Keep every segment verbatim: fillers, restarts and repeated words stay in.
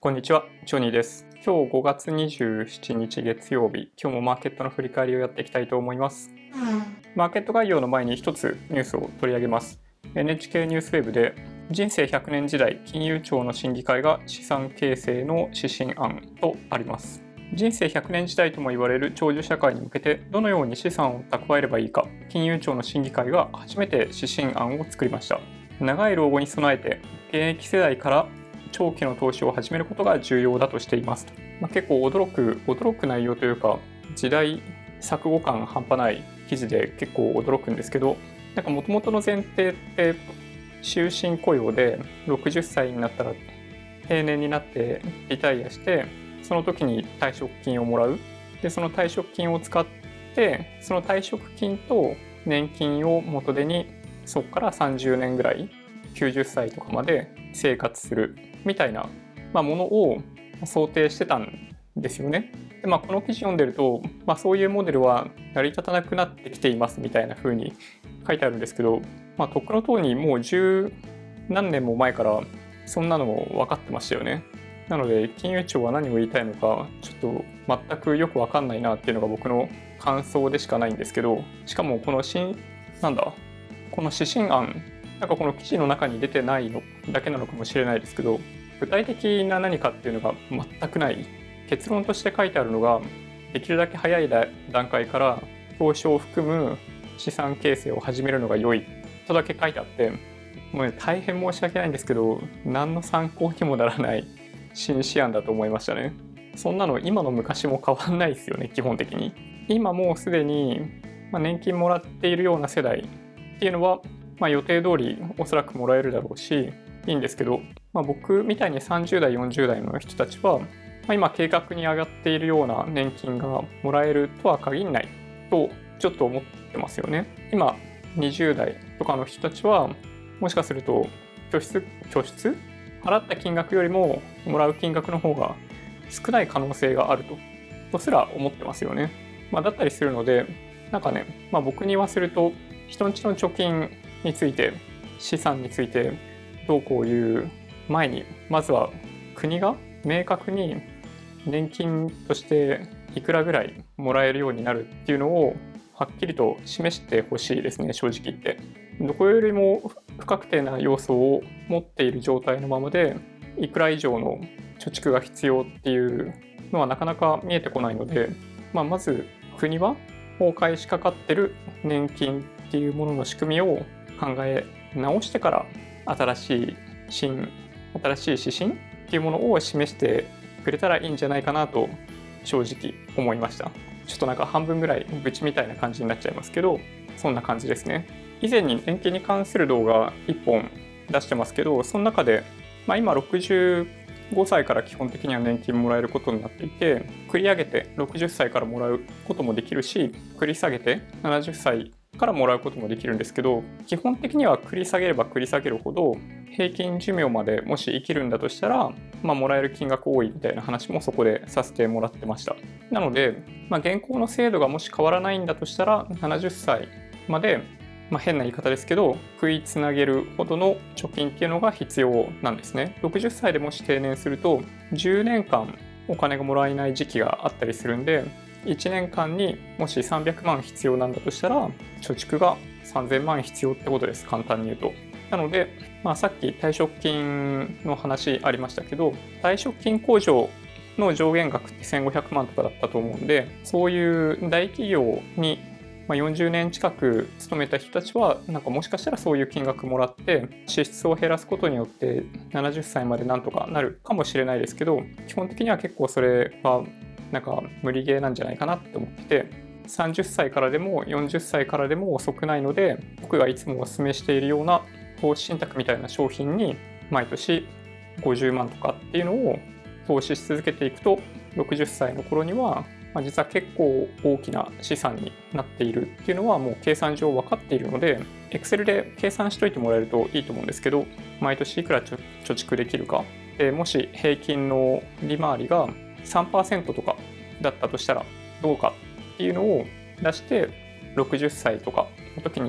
こんにちは、ジョニーです。今日ごがつにじゅうしちにち月曜日、今日もマーケットの振り返りをやっていきたいと思います。マーケット概要の前に一つニュースを取り上げます。エヌエイチケー ニュースウェブで、人生ひゃくねん時代金融庁の審議会が資産形成の指針案とあります。人生ひゃくねん時代とも言われる長寿社会に向けてどのように資産を蓄えればいいか、金融庁の審議会が初めて指針案を作りました。長い老後に備えて現役世代から長期の投資を始めることが重要だとしています。まあ、結構驚く驚く内容というか、時代錯誤感半端ない記事で結構驚くんですけど、なんか元々の前提って終身雇用でろくじゅっさいになったら定年になってリタイアして、その時に退職金をもらう。でその退職金を使ってその退職金と年金を元手にそこからさんじゅうねんぐらいきゅうじゅっさいとかまで生活するみたいな、まあ、ものを想定してたんですよね。で、まあ、この記事読んでると、まあ、そういうモデルは成り立たなくなってきていますみたいな風に書いてあるんですけど、まあ、とっくのとおりもう十何年も前からそんなのも分かってましたよね。なので金融庁は何を言いたいのかちょっと全くよく分かんないなっていうのが僕の感想でしかないんですけど、しかもこの新なんだこの指針案、なんかこの記事の中に出てないのだけなのかもしれないですけど、具体的な何かっていうのが全くない。結論として書いてあるのが、できるだけ早い段階から投資を含む資産形成を始めるのが良いとだけ書いてあって、もうね、大変申し訳ないんですけど、何の参考にもならない新思案だと思いましたね。そんなの今の昔も変わんないですよね、基本的に。今もうすでに年金もらっているような世代っていうのは、まあ、予定通りおそらくもらえるだろうしいいんですけど、まあ、僕みたいにさんじゅうだいよんじゅうだいの人たちは、まあ、今計画に上がっているような年金がもらえるとは限らないとちょっと思ってますよね。今にじゅうだいとかの人たちはもしかすると拠出拠出払った金額よりももらう金額の方が少ない可能性があるととすら思ってますよね。まあ、だったりするので、なんかね、まあ、僕に言わせると人んちの貯金について資産についてどうこう言う前に、まずは国が明確に年金としていくらぐらいもらえるようになるっていうのをはっきりと示してほしいですね。正直言ってどこよりも不確定な要素を持っている状態のままでいくら以上の貯蓄が必要っていうのはなかなか見えてこないので、まあ、まず国は崩壊しかかってる年金っていうものの仕組みを考え直してから新しい新新しい指針っていうものを示してくれたらいいんじゃないかなと正直思いました。ちょっとなんか半分ぐらい愚痴みたいな感じになっちゃいますけど、そんな感じですね。以前に年金に関する動画いっぽん出してますけど、その中で、まあ、今ろくじゅうごさいから基本的には年金もらえることになっていて、繰り上げてろくじゅっさいからもらうこともできるし、繰り下げてななじゅっさいからもらうこともできるんですけど、基本的には繰り下げれば繰り下げるほど平均寿命までもし生きるんだとしたら、まあ、もらえる金額多いみたいな話もそこでさせてもらってました。なので、まあ、現行の制度がもし変わらないんだとしたらななじゅっさいまで、まあ、変な言い方ですけど食いつなげるほどの貯金っていうのが必要なんですね。ろくじゅっさいでもし定年するとじゅうねんかんお金がもらえない時期があったりするんで、いちねんかんにもしさんびゃくまん必要なんだとしたら貯蓄がさんぜんまん必要ってことです、簡単に言うと。なので、まあ、さっき退職金の話ありましたけど、退職金控除の上限額ってせんごひゃくまんとかだったと思うんで、そういう大企業によんじゅうねん近く勤めた人たちはなんかもしかしたらそういう金額もらって支出を減らすことによってななじゅっさいまでなんとかなるかもしれないですけど、基本的には結構それはなんか無理ゲーなんじゃないかなって思ってて、さんじゅっさいからでもよんじゅっさいからでも遅くないので、僕がいつもお勧めしているような投資信託みたいな商品に毎年ごじゅうまんとかっていうのを投資し続けていくと、ろくじゅっさいの頃にはまあ、実は結構大きな資産になっているっていうのはもう計算上分かっているので、 Excel で計算しといてもらえるといいと思うんですけど、毎年いくら貯蓄できるかで、もし平均の利回りが さんパーセント とかだったとしたらどうかっていうのを出して、ろくじゅっさいとかの時に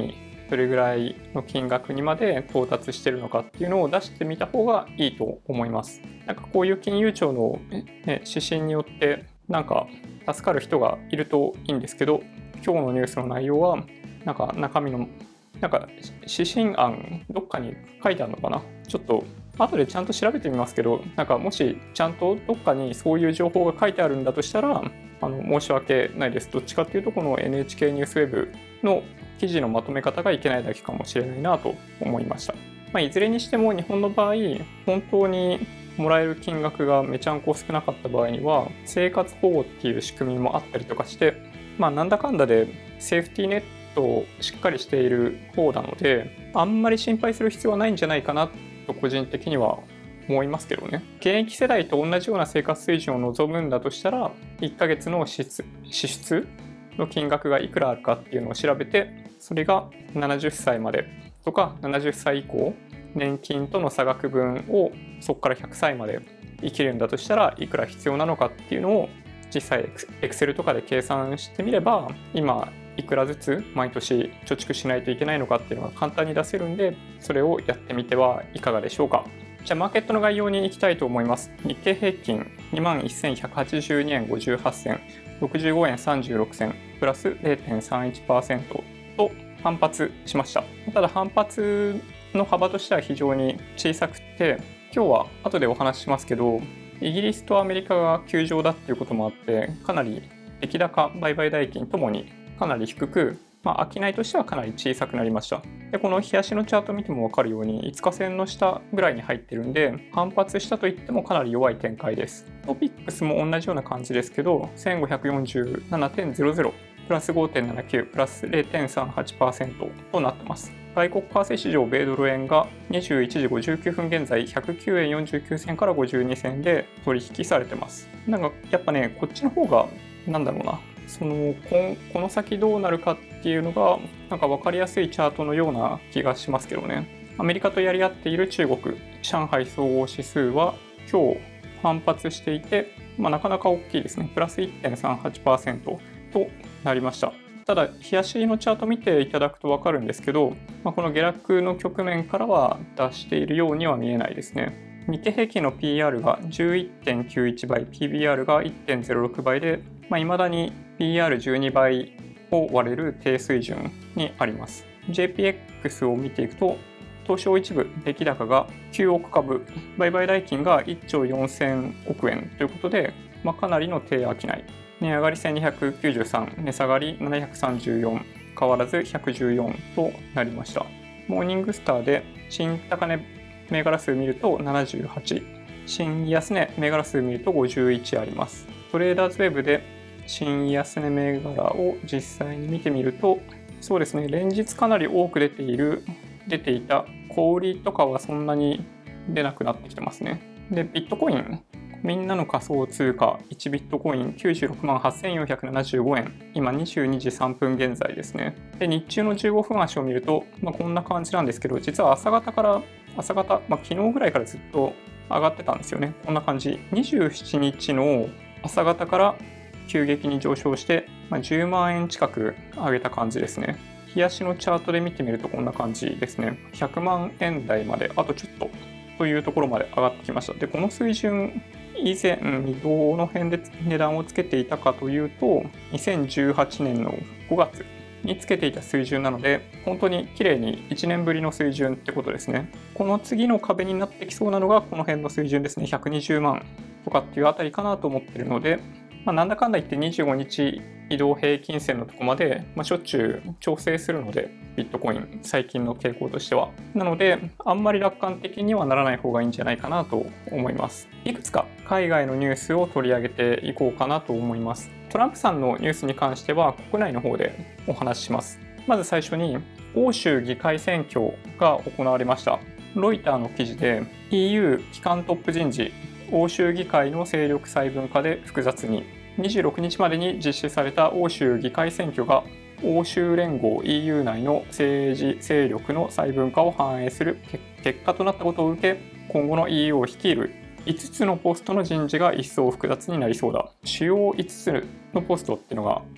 どれぐらいの金額にまで到達してるのかっていうのを出してみた方がいいと思います。なんかこういう金融庁の、ね、指針によってなんか助かる人がいるといいんですけど、今日のニュースの内容はなんか中身のなんか指針案どっかに書いてあるのかな、ちょっと後でちゃんと調べてみますけど、なんかもしちゃんとどっかにそういう情報が書いてあるんだとしたらあの申し訳ないです。どっちかっていうとこの エヌエイチケー ニュースウェブの記事のまとめ方がいけないだけかもしれないなと思いました。まあ、いずれにしても日本の場合本当にもらえる金額がめちゃんこ少なかった場合には生活保護っていう仕組みもあったりとかして、まあなんだかんだでセーフティーネットをしっかりしている方なので、あんまり心配する必要はないんじゃないかなと個人的には思いますけどね。現役世代と同じような生活水準を望むんだとしたら、いっかげつの支出、支出の金額がいくらあるかっていうのを調べて、それがななじゅっさいまでとかななじゅっさい以降、年金との差額分をそこからひゃくさいまで生きるんだとしたらいくら必要なのかっていうのを実際 Excel とかで計算してみれば、今いくらずつ毎年貯蓄しないといけないのかっていうのが簡単に出せるんで、それをやってみてはいかがでしょうか。じゃあマーケットの概要に行きたいと思います。日経平均 にまんせんひゃくはちじゅうにえんごじゅうはちせん、ろくじゅうごえんさんじゅうろくせんプラス れいてんさんいちパーセント と反発しました。ただ反発の幅としては非常に小さくて、今日は後でお話ししますけど、イギリスとアメリカが休場だっていうこともあって、かなり出来高売買代金ともにかなり低く、まあ、商いとしてはかなり小さくなりました。でこの日足のチャート見ても分かるようにいつか線の下ぐらいに入ってるんで、反発したといってもかなり弱い展開です。トピックスも同じような感じですけど せんごひゃくよんじゅうななてんゼロゼロ プラス ごてんななきゅう プラス れいてんさんはちパーセント となってます。外国為替市場米ドル円がにじゅういちじごじゅうきゅうふん現在ひゃくきゅうえんよんじゅうきゅうせんからごじゅうにせんで取引されてます。なんかやっぱね、こっちの方がなんだろうな、そのここの先どうなるかっていうのがなんか分かりやすいチャートのような気がしますけどね。アメリカとやり合っている中国上海総合指数は今日反発していて、まあ、なかなか大きいですね。プラス いってんさんはちパーセント となりました。ただ日足のチャート見ていただくと分かるんですけど、まあ、この下落の局面からは脱しているようには見えないですね。日経平均の ピーアール が じゅういってんきゅういち 倍、ピービーアール が いってんゼロろく 倍で、まあ、未だに ピーアールじゅうに 倍を割れる低水準にあります。ジェイピーエックス を見ていくと、東証一部出来高がきゅうおくかぶ、売買代金がいっちょうよんせんおくえんということで、まあ、かなりの低商い。値上がりせんにひゃくきゅうじゅうさん、値下がりななひゃくさんじゅうよん、変わらずひゃくじゅうよんとなりました。モーニングスターで新高値銘柄数見るとななじゅうはち、新安値銘柄数見るとごじゅういちあります。トレーダーズウェブで新安値銘柄を実際に見てみると、そうですね、連日かなり多く出ている出ていた小売りとかはそんなに出なくなってきてますね。で、ビットコイン、みんなの仮想通貨いちビットコインきゅうじゅうろくまんはっせんよんひゃくななじゅうごえん、今にじゅうにじさんぷん現在ですね。で、日中のじゅうごふん足を見ると、まあ、こんな感じなんですけど、実は朝方から朝方、まあ、昨日ぐらいからずっと上がってたんですよね。こんな感じ。にじゅうしちにちの朝方から急激に上昇して、まあ、じゅうまんえん近く上げた感じですね。日足のチャートで見てみるとこんな感じですね。ひゃくまんえん台まであとちょっとというところまで上がってきました。で、この水準以前にどの辺で値段をつけていたかというと、にせんじゅうはちねんのごがつにつけていた水準なので、本当に綺麗にいちねんぶりの水準ってことですね。この次の壁になってきそうなのがこの辺の水準ですね。ひゃくにじゅうまんとかっていうあたりかなと思ってるので、まあ、なんだかんだ言ってにじゅうごにち移動平均線のとこまで、まあ、しょっちゅう調整するので、ビットコイン最近の傾向としては。なのであんまり楽観的にはならない方がいいんじゃないかなと思います。いくつか海外のニュースを取り上げていこうかなと思います。トランプさんのニュースに関しては国内の方でお話しします。まず最初に欧州議会選挙が行われました。ロイターの記事で イーユー 機関トップ人事、欧州議会の勢力細分化で複雑に、にじゅうろくにちまでに実施された欧州議会選挙が欧州連合 イーユー 内の政治勢力の細分化を反映する結果となったことを受け、今後の イーユー を率いるいつつのポストの人事が一層複雑になりそうだ。主要いつつのポストっていうのが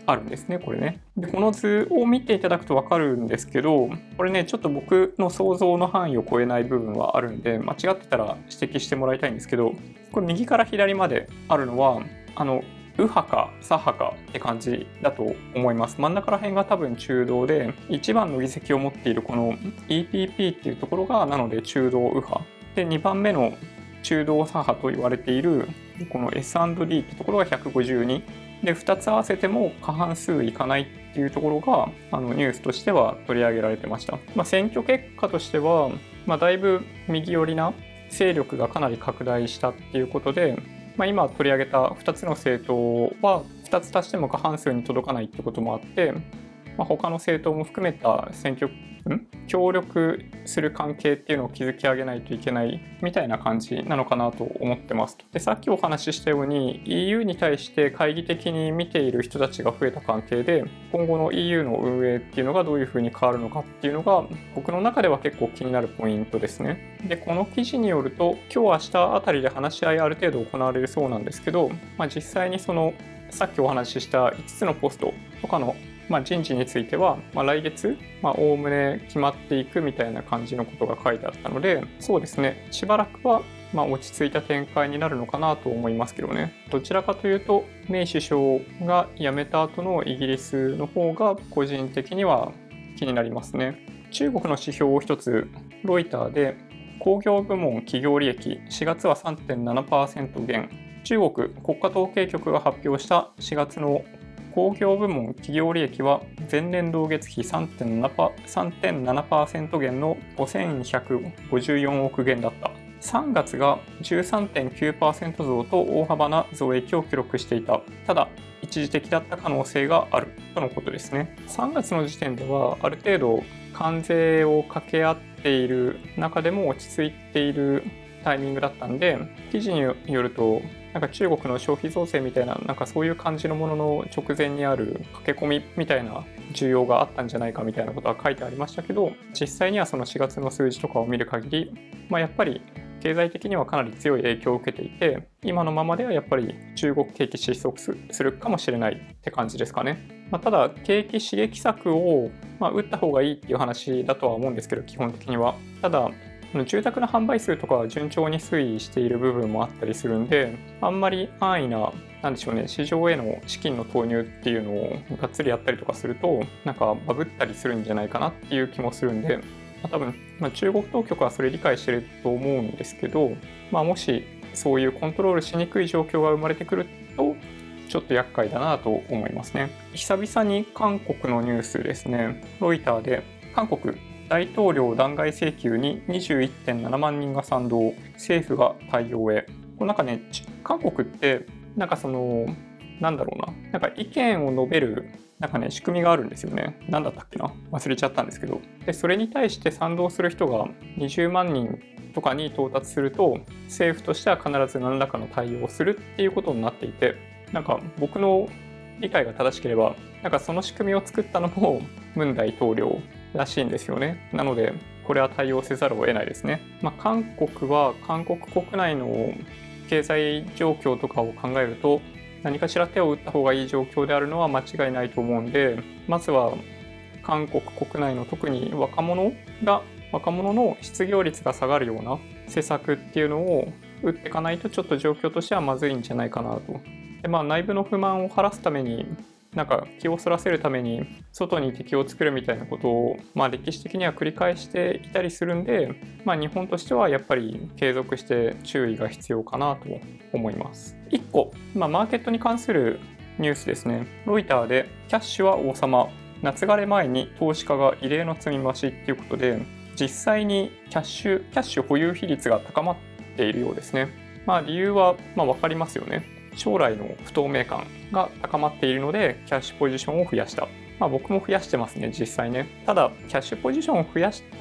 あるんですね、これね。で、この図を見ていただくと分かるんですけど、これね、ちょっと僕の想像の範囲を超えない部分はあるんで、間違ってたら指摘してもらいたいんですけど、これ右から左まであるのは、あの、右派か左派かって感じだと思います。真ん中ら辺が多分中道で、一番の議席を持っているこの イーピーピー っていうところが、なので中道右派。で、にばんめの中道左派と言われている、この エスアンドディー ってところがひゃくごじゅうに。で、ふたつ合わせても過半数いかないっていうところが、あのニュースとしては取り上げられてました。まあ、選挙結果としては、まあ、だいぶ右寄りな勢力がかなり拡大したっていうことで、まあ、今取り上げたふたつの政党はふたつ足しても過半数に届かないってこともあって、まあ、他の政党も含めた選挙ん協力する関係っていうのを築き上げないといけないみたいな感じなのかなと思ってます。で、さっきお話ししたように イーユー に対して懐疑的に見ている人たちが増えた関係で、今後の イーユー の運営っていうのがどういうふうに変わるのかっていうのが僕の中では結構気になるポイントですね。で、この記事によると今日明日あたりで話し合いある程度行われるそうなんですけど、まあ、実際にそのさっきお話ししたいつつのポストとかのまあ、人事については、まあ、来月、まあ、おおむね決まっていくみたいな感じのことが書いてあったので、そうですね、しばらくはまあ落ち着いた展開になるのかなと思いますけどね。どちらかというと、メイ首相が辞めた後のイギリスの方が個人的には気になりますね。中国の指標を一つ、ロイターで工業部門企業利益、しがつは さんてんななパーセント 減。中国国家統計局が発表したしがつの工業部門企業利益は前年同月比 さんてんななパーセント 減のごせんひゃくごじゅうよんおくげんだった。さんがつが じゅうさんてんきゅうパーセント 増と大幅な増益を記録していた。ただ、一時的だった可能性があるとのことですね。さんがつの時点ではある程度関税を掛け合っている中でも落ち着いているタイミングだったんで、記事によるとなんか中国の消費増税みたいな、なんかそういう感じのものの直前にある駆け込みみたいな需要があったんじゃないかみたいなことは書いてありましたけど、実際にはそのしがつの数字とかを見る限り、まあ、やっぱり経済的にはかなり強い影響を受けていて、今のままではやっぱり中国景気失速するかもしれないって感じですかね。まあ、ただ景気刺激策を、まあ、打った方がいいっていう話だとは思うんですけど、基本的には。ただ住宅の販売数とかは順調に推移している部分もあったりするんで、あんまり安易な、なんでしょうね、市場への資金の投入っていうのをがっつりやったりとかすると、なんかバブったりするんじゃないかなっていう気もするんで、まあ、多分、まあ、中国当局はそれ理解してると思うんですけど、まあ、もしそういうコントロールしにくい状況が生まれてくると、ちょっと厄介だなと思いますね。久々に韓国のニュースですね。ロイターで韓国大統領弾劾請求に にじゅういってんななまんにんが賛同、政府が対応へ。これなんかね、韓国ってなんかそのなんだろうな、なんか意見を述べるなんかね仕組みがあるんですよね。なんだったっけな、忘れちゃったんですけど、でそれに対して賛同する人がにじゅうまんにんとかに到達すると、政府としては必ず何らかの対応をするっていうことになっていて、なんか僕の理解が正しければ、なんかその仕組みを作ったのもムン大統領らしいんですよね。なのでこれは対応せざるを得ないですね。まあ、韓国は韓国国内の経済状況とかを考えると、何かしら手を打った方がいい状況であるのは間違いないと思うんで、まずは韓国国内の特に若者が若者の失業率が下がるような施策っていうのを打っていかないと、ちょっと状況としてはまずいんじゃないかなと。で、まあ、内部の不満を晴らすために、なんか気をそらせるために外に敵を作るみたいなことを、まあ、歴史的には繰り返していたりするんで、まあ、日本としてはやっぱり継続して注意が必要かなと思います。いっこ、まあ、マーケットに関するニュースですね。ロイターでキャッシュは王様、夏枯れ前に投資家が異例の積み増しっていうことで、実際にキャッシュ、キャッシュ保有比率が高まっているようですね。まあ、理由はまあ分かりますよね。将来の不透明感が高まっているのでキャッシュポジションを増やした。まあ、僕も増やしてますね、実際ね。ただキャッシュポジションを増やして、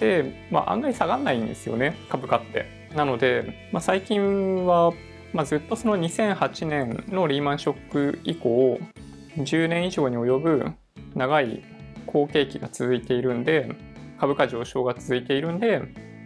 まあ、案外下がらないんですよね、株価って。なので、まあ、最近は、まあ、ずっとそのにせんはちねんのリーマンショック以降じゅうねん以上に及ぶ長い好景気が続いているんで、株価上昇が続いているんで、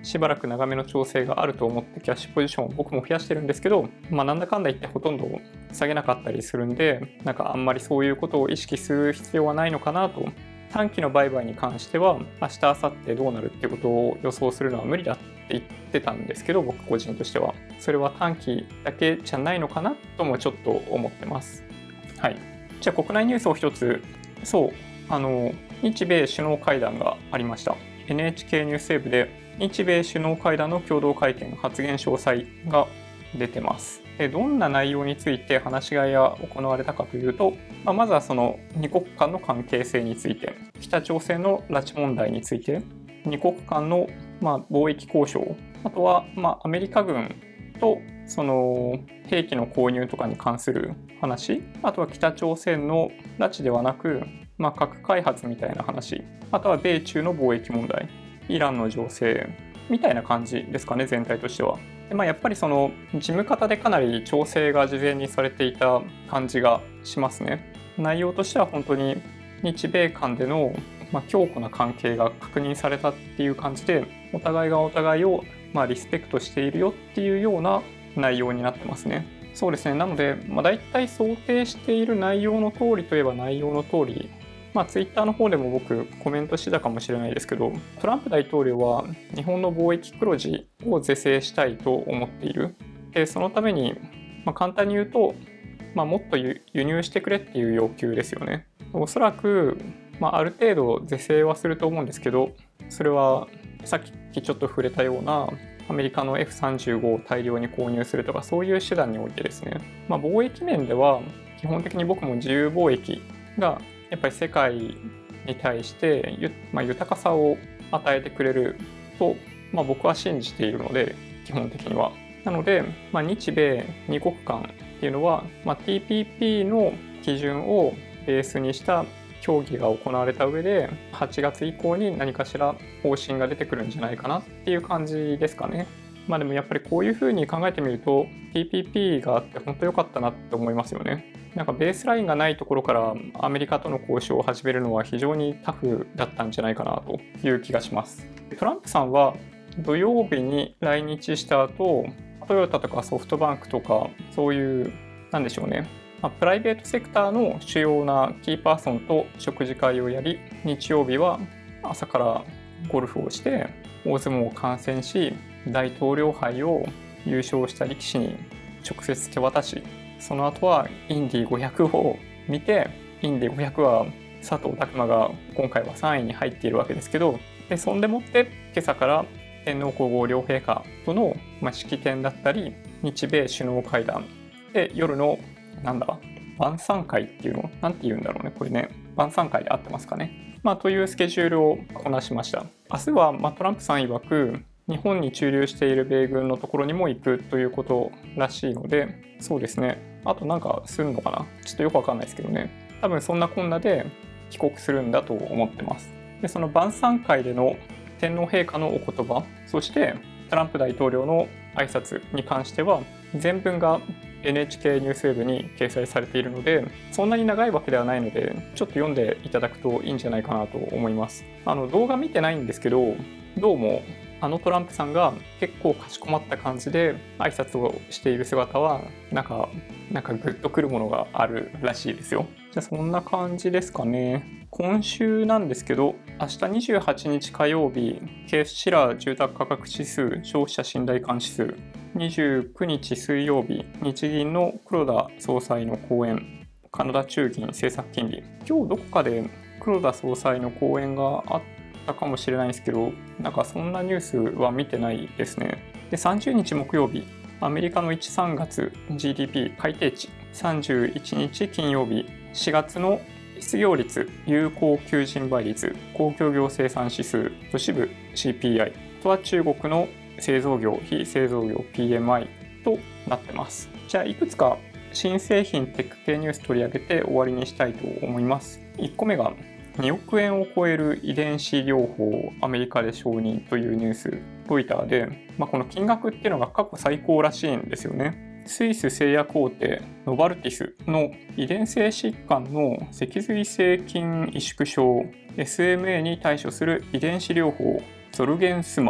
しばらく長めの調整があると思ってキャッシュポジションを僕も増やしてるんですけど、まあ、なんだかんだ言ってほとんど下げなかったりするんで、なんかあんまりそういうことを意識する必要はないのかなと。短期の売買に関しては明日明後日どうなるっていうことを予想するのは無理だって言ってたんですけど、僕個人としてはそれは短期だけじゃないのかなともちょっと思ってます。はい、じゃあ国内ニュースを一つ。そうあの日米首脳会談がありました。 エヌエイチケー ニュースウェブで日米首脳会談の共同会見発言詳細が出てます。でどんな内容について話し合いが行われたかというと、まあ、まずはそのに国間の関係性について、北朝鮮の拉致問題について、に国間のまあ貿易交渉、あとはまあアメリカ軍とその兵器の購入とかに関する話、あとは北朝鮮の拉致ではなく、まあ、核開発みたいな話、あとは米中の貿易問題、イランの情勢みたいな感じですかね、全体としては。で、まあ、やっぱりその事務方でかなり調整が事前にされていた感じがしますね。内容としては本当に日米間でのまあ強固な関係が確認されたっていう感じで、お互いがお互いをまあリスペクトしているよっていうような内容になってますね。そうですね。なので、まあ、大体想定している内容の通りといえば内容の通り、まあ、ツイッターの方でも僕コメントしてたかもしれないですけど、トランプ大統領は日本の貿易黒字を是正したいと思っている。で、そのために、まあ、簡単に言うと、まあ、もっと輸入してくれっていう要求ですよね。おそらく、まあ、ある程度是正はすると思うんですけど、それはさっきちょっと触れたようなアメリカの エフさんじゅうご を大量に購入するとか、そういう手段においてですね、まあ、貿易面では基本的に僕も自由貿易がやっぱり世界に対してまあ、豊かさを与えてくれると、まあ、僕は信じているので、基本的には。なので、まあ、日米に国間っていうのは、まあ、ティーピーピー の基準をベースにした協議が行われた上で、はちがつ以降に何かしら方針が出てくるんじゃないかなっていう感じですかね。まあでもやっぱりこういうふうに考えてみると ティーピーピー があって本当良かったなって思いますよね。なんかベースラインがないところからアメリカとの交渉を始めるのは非常にタフだったんじゃないかなという気がします。トランプさんは土曜日に来日した後、トヨタとかソフトバンクとかそういうなんでしょうね、まあ、プライベートセクターの主要なキーパーソンと食事会をやり、日曜日は朝からゴルフをして大相撲を観戦し、大統領杯を優勝した力士に直接手渡し、その後はインディごひゃくを見て、インディごひゃくは佐藤拓磨が今回はさんいに入っているわけですけど、でそんでもって今朝から天皇皇后両陛下との式典だったり、日米首脳会談で夜のなんだ晩餐会っていうのなんて言うんだろうね、これね、晩餐会で合ってますかね。まあというスケジュールをこなしました。明日は、まあ、トランプさん曰く日本に駐留している米軍のところにも行くということらしいので、そうですね、あとなんかするのかな、ちょっとよくわかんないですけどね、多分そんなこんなで帰国するんだと思ってます。でその晩餐会での天皇陛下のお言葉、そしてトランプ大統領の挨拶に関しては全文が エヌエイチケー ニュースウェブに掲載されているので、そんなに長いわけではないので、ちょっと読んでいただくといいんじゃないかなと思います。あの動画見てないんですけど、どうもあのトランプさんが結構かしこまった感じで挨拶をしている姿はなんかなんかグッとくるものがあるらしいですよ。じゃあそんな感じですかね。今週なんですけど、明日にじゅうはちにち火曜日、ケースシラー住宅価格指数消費者信頼感指数、にじゅうくにち水曜日、日銀の黒田総裁の講演、カナダ中銀政策金利。今日どこかで黒田総裁の講演があったかもしれないんですけど、なんかそんなニュースは見てないですね。で、さんじゅうにち木曜日、アメリカのいちさんがつ ジーディーピー 改定値、さんじゅういちにち金曜日、しがつの失業率、有効求人倍率、公共業生産指数、都市部 シーピーアイ、あとは中国の製造業、非製造業 ピーエムアイ となってます。じゃあいくつか新製品テック系ニュース取り上げて終わりにしたいと思います。いっこめがにおくえんを超える遺伝子療法をアメリカで承認というニュース、ロイターで、まあ、この金額っていうのが過去最高らしいんですよね。スイス製薬大手ノバルティスの遺伝性疾患の脊髄性筋萎縮症 エスエムエー に対処する遺伝子療法ゾルゲンスマ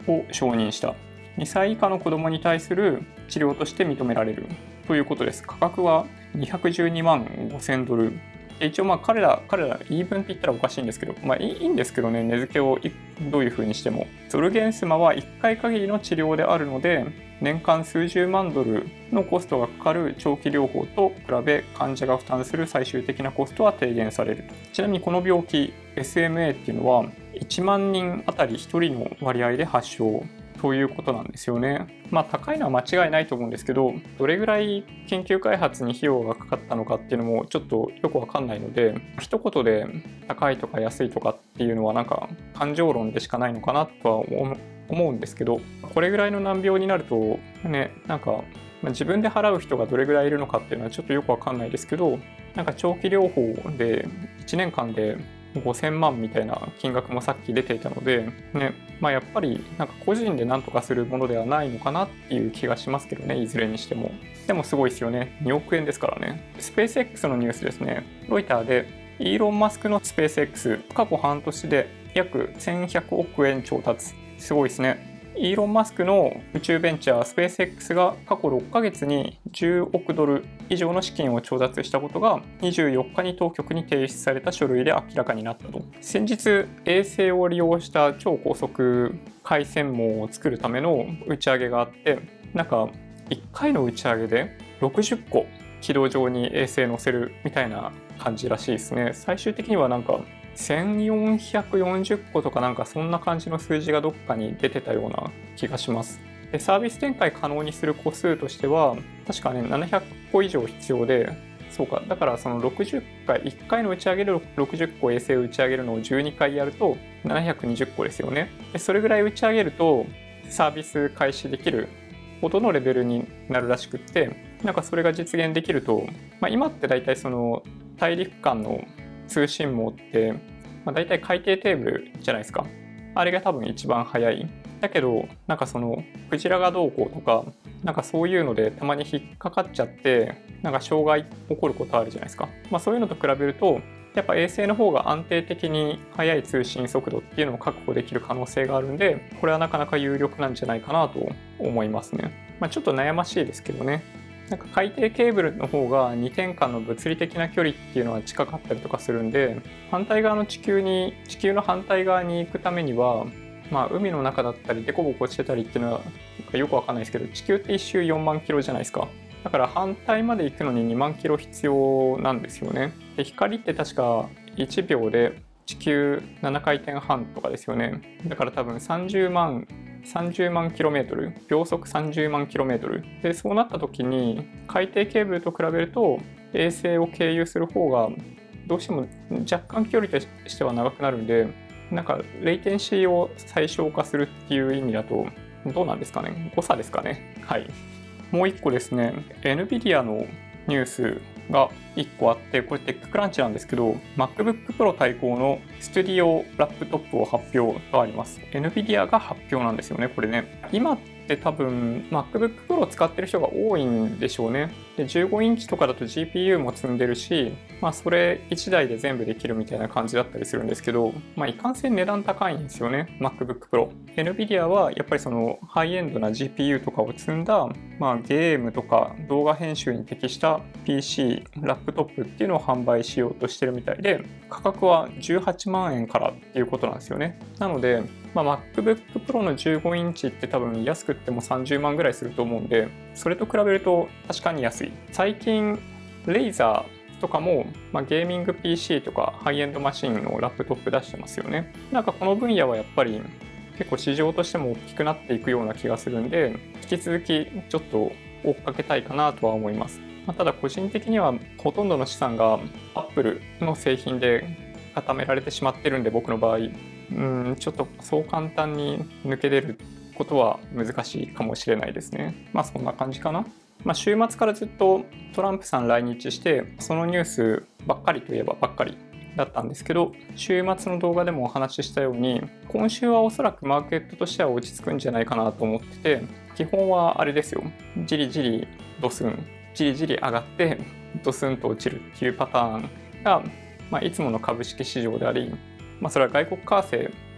を承認した。にさい以下の子どもに対する治療として認められるということです。価格はにひゃくじゅうにまんごせんドル。一応まあ彼ら、彼ら言い分って言ったらおかしいんですけど、まあいいんですけどね、値付けをどういう風にしても。ゾルゲンスマはいっかい限りの治療であるので、年間数十万ドルのコストがかかる長期療法と比べ、患者が負担する最終的なコストは低減される。ちなみにこの病気、エスエムエー っていうのはいちまんにんあたりひとりの割合で発症。ということなんですよね。まあ高いのは間違いないと思うんですけど、どれぐらい研究開発に費用がかかったのかっていうのもちょっとよくわかんないので、一言で高いとか安いとかっていうのはなんか感情論でしかないのかなとは思うんですけど、これぐらいの難病になるとね、なんか自分で払う人がどれぐらいいるのかっていうのはちょっとよくわかんないですけど、なんか長期療法でいちねんかんでごせんまんみたいな金額もさっき出ていたので、ね、まあやっぱりなんか個人で何とかするものではないのかなっていう気がしますけどね、いずれにしても。でもすごいですよね。におくえんですからね。スペース X のニュースですね。ロイターでイーロン・マスクのスペース X、過去半年で約せんひゃくおくえん調達。すごいですね。イーロン・マスクの宇宙ベンチャースペース X が過去ろっかげつにじゅうおくドル以上の資金を調達したことがにじゅうよっかに当局に提出された書類で明らかになったと。先日衛星を利用した超高速回線網を作るための打ち上げがあって、なんかいっかいの打ち上げでろくじゅっこ軌道上に衛星乗せるみたいな感じらしいですね。最終的にはなんかせんよんひゃくよんじゅっことかなんかそんな感じの数字がどっかに出てたような気がします。でサービス展開可能にする個数としては確かねななひゃっこ以上必要で、そうか、だからそのろくじゅっかい、いっかいの打ち上げでろくじゅっこ衛星を打ち上げるのをじゅうにかいやるとななひゃくにじゅっこですよね。でそれぐらい打ち上げるとサービス開始できるほどのレベルになるらしくって、なんかそれが実現できると、まあ、今って大体その大陸間の通信網って、まあ、大体海底テーブルじゃないですか。あれが多分一番早い。だけどなんかそのクジラがどうこうとかなんかそういうのでたまに引っかかっちゃってなんか障害起こることあるじゃないですか。まあ、そういうのと比べるとやっぱ衛星の方が安定的に速い通信速度っていうのを確保できる可能性があるんで、これはなかなか有力なんじゃないかなと思いますね。まあ、ちょっと悩ましいですけどね。なんか海底ケーブルの方がにてんかんの物理的な距離っていうのは近かったりとかするんで、反対側の地球に地球の反対側に行くためには、まあ、海の中だったりデコボコしてたりっていうのはよくわかんないですけど、地球って一周よんまんキロじゃないですか。だから反対まで行くのににまんキロ必要なんですよね。で光って確かいちびょうで地球ななかいてんはんとかですよね。だから多分さんじゅうまんさんじゅうまんキロメートル、秒速さんじゅうまんキロメートルで、そうなった時に海底ケーブルと比べると衛星を経由する方がどうしても若干距離としては長くなるんで、なんかレイテンシーを最小化するっていう意味だとどうなんですかね。誤差ですかね。はい。もう一個ですね、エヌビディア のニュースがいっこあって、これテッククランチなんですけど、MacBook Pro 対抗のスタディオラップトップを発表があります。エヌビディア が発表なんですよね、これね。今って多分 MacBook Pro 使ってる人が多いんでしょうね。で、じゅうごインチとかだと ジーピーユー も積んでるし、まあそれいちだいで全部できるみたいな感じだったりするんですけど、まあいかんせん値段高いんですよね、MacBook Pro。エヌビディア はやっぱりそのハイエンドな ジーピーユー とかを積んだ、まあゲームとか動画編集に適した ピーシー、ラップトップっていうのを販売しようとしてるみたいで、価格はじゅうはちまんえんからっていうことなんですよね。なので、まあ、MacBook Pro のじゅうごインチって多分安くってもさんじゅうまんぐらいすると思うんで、それと比べると確かに安い。最近レイザーとかも、まあ、ゲーミング ピーシー とかハイエンドマシンのラップトップ出してますよね。なんかこの分野はやっぱり結構市場としても大きくなっていくような気がするんで、引き続きちょっと追っかけたいかなとは思います。まあ、ただ個人的にはほとんどの資産が Apple の製品で固められてしまってるんで、僕の場合うんちょっとそう簡単に抜け出ることは難しいかもしれないですね。まあそんな感じかな。まあ、週末からずっとトランプさん来日してそのニュースばっかりといえばばっかりだったんですけど、週末の動画でもお話ししたように今週はおそらくマーケットとしては落ち着くんじゃないかなと思ってて、基本はあれですよ、じりじりドスンじりじり上がってドスンと落ちるっていうパターンが、まあ、いつもの株式市場であり、まあ、それは外国為替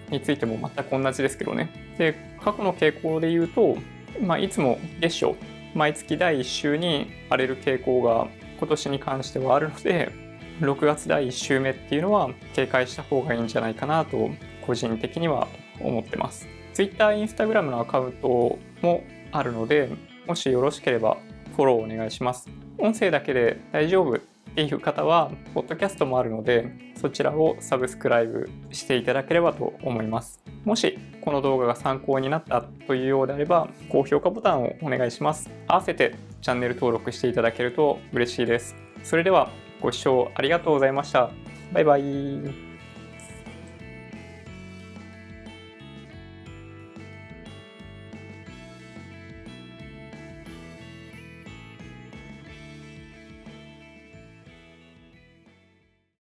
についても全く同じですけどね。で、過去の傾向で言うと、まあ、いつも月初、毎月だいいっ週に荒れる傾向が今年に関してはあるので、ろくがつだいいっ週目っていうのは警戒した方がいいんじゃないかなと個人的には思ってます。Twitter、Instagram のアカウントもあるので、もしよろしければフォローお願いします。音声だけで大丈夫っていう方は、ポッドキャストもあるので、そちらをサブスクライブしていただければと思います。もしこの動画が参考になったというようであれば、高評価ボタンをお願いします。合わせてチャンネル登録していただけると嬉しいです。それではご視聴ありがとうございました。バイバイ。